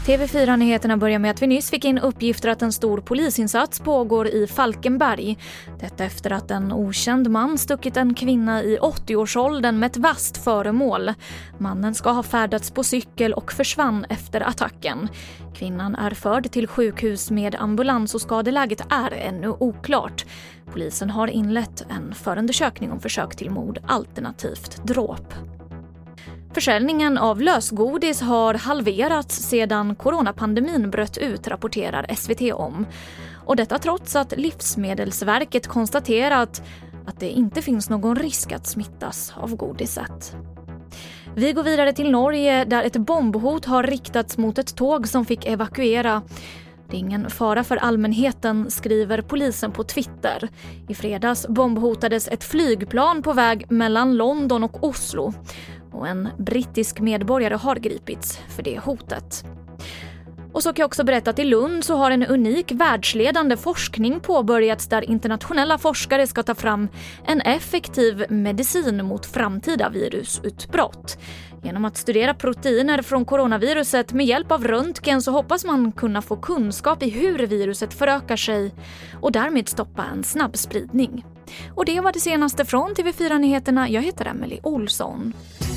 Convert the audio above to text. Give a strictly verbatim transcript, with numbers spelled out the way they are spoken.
T V fyra-nyheterna börjar med att vi nyss fick in uppgifter att en stor polisinsats pågår i Falkenberg. Detta efter att en okänd man stuckit en kvinna i åttio-årsåldern med ett vasst föremål. Mannen ska ha färdats på cykel och försvann efter attacken. Kvinnan är förd till sjukhus med ambulans och skadeläget är ännu oklart. Polisen har inlett en förundersökning om försök till mord alternativt dråp. Försäljningen av lösgodis har halverats sedan coronapandemin bröt ut, rapporterar S V T om. Och detta trots att Livsmedelsverket konstaterat att det inte finns någon risk att smittas av godiset. Vi går vidare till Norge där ett bombhot har riktats mot ett tåg som fick evakuera. Det är ingen fara för allmänheten, skriver polisen på Twitter. I fredags bombhotades ett flygplan på väg mellan London och Oslo. Och en brittisk medborgare har gripits för det hotet. Och så kan jag också berätta att i Lund så har en unik världsledande forskning påbörjats där internationella forskare ska ta fram en effektiv medicin mot framtida virusutbrott. Genom att studera proteiner från coronaviruset med hjälp av röntgen så hoppas man kunna få kunskap i hur viruset förökar sig och därmed stoppa en snabb spridning. Och det var det senaste från T V fyra-nyheterna. Jag heter Emily Olsson.